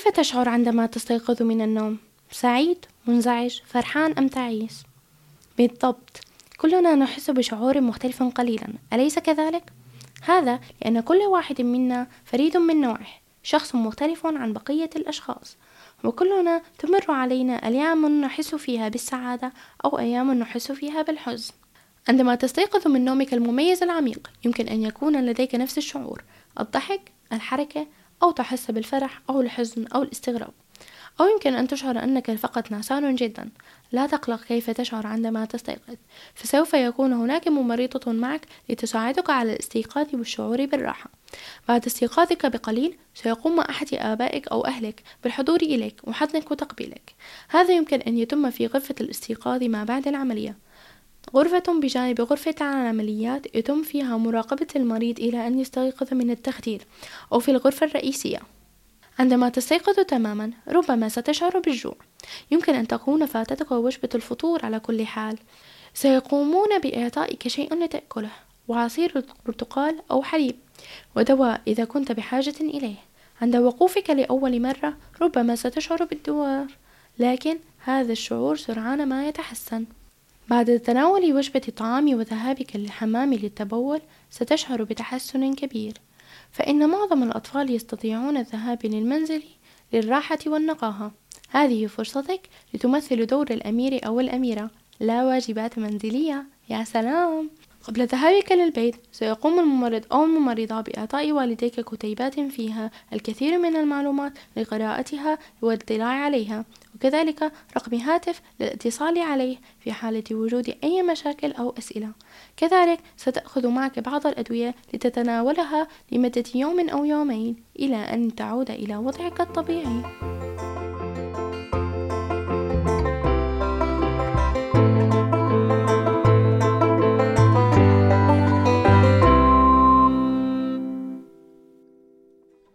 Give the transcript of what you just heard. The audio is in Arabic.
كيف تشعر عندما تستيقظ من النوم؟ سعيد، منزعج، فرحان أم تعيس؟ بالضبط، كلنا نحس بشعور مختلف قليلا، أليس كذلك؟ هذا لأن كل واحد منا فريد من نوعه، شخص مختلف عن بقية الأشخاص، وكلنا تمر علينا أيام نحس فيها بالسعادة أو أيام نحس فيها بالحزن. عندما تستيقظ من نومك المميز العميق، يمكن أن يكون لديك نفس الشعور، الضحك، الحركة، أو تحس بالفرح أو الحزن أو الاستغراب، أو يمكن أن تشعر أنك فقط نعسان جدا. لا تقلق كيف تشعر عندما تستيقظ، فسوف يكون هناك ممرضة معك لتساعدك على الاستيقاظ والشعور بالراحة. بعد استيقاظك بقليل سيقوم أحد آبائك أو أهلك بالحضور إليك وحضنك وتقبيلك. هذا يمكن أن يتم في غرفة الاستيقاظ ما بعد العملية، غرفة بجانب غرفة العمليات يتم فيها مراقبة المريض إلى أن يستيقظ من التخدير، أو في الغرفة الرئيسية. عندما تستيقظ تماما ربما ستشعر بالجوع، يمكن أن تكون فاتتك وجبة الفطور. على كل حال سيقومون بإعطائك شيء لتأكله، وعصير برتقال أو حليب، ودواء إذا كنت بحاجة إليه. عند وقوفك لأول مرة ربما ستشعر بالدوار، لكن هذا الشعور سرعان ما يتحسن. بعد تناول وجبة الطعام وذهابك للحمام للتبول ستشعر بتحسن كبير، فإن معظم الأطفال يستطيعون الذهاب للمنزل للراحة والنقاهة. هذه فرصتك لتمثل دور الأمير أو الأميرة، لا واجبات منزلية. يا سلام! قبل ذهابك للبيت سيقوم الممرض أو الممرضة بإعطاء والديك كتيبات فيها الكثير من المعلومات لقراءتها والاطلاع عليها، وكذلك رقم هاتف للاتصال عليه في حالة وجود أي مشاكل أو أسئلة. كذلك ستأخذ معك بعض الأدوية لتتناولها لمدة يوم أو يومين إلى أن تعود إلى وضعك الطبيعي.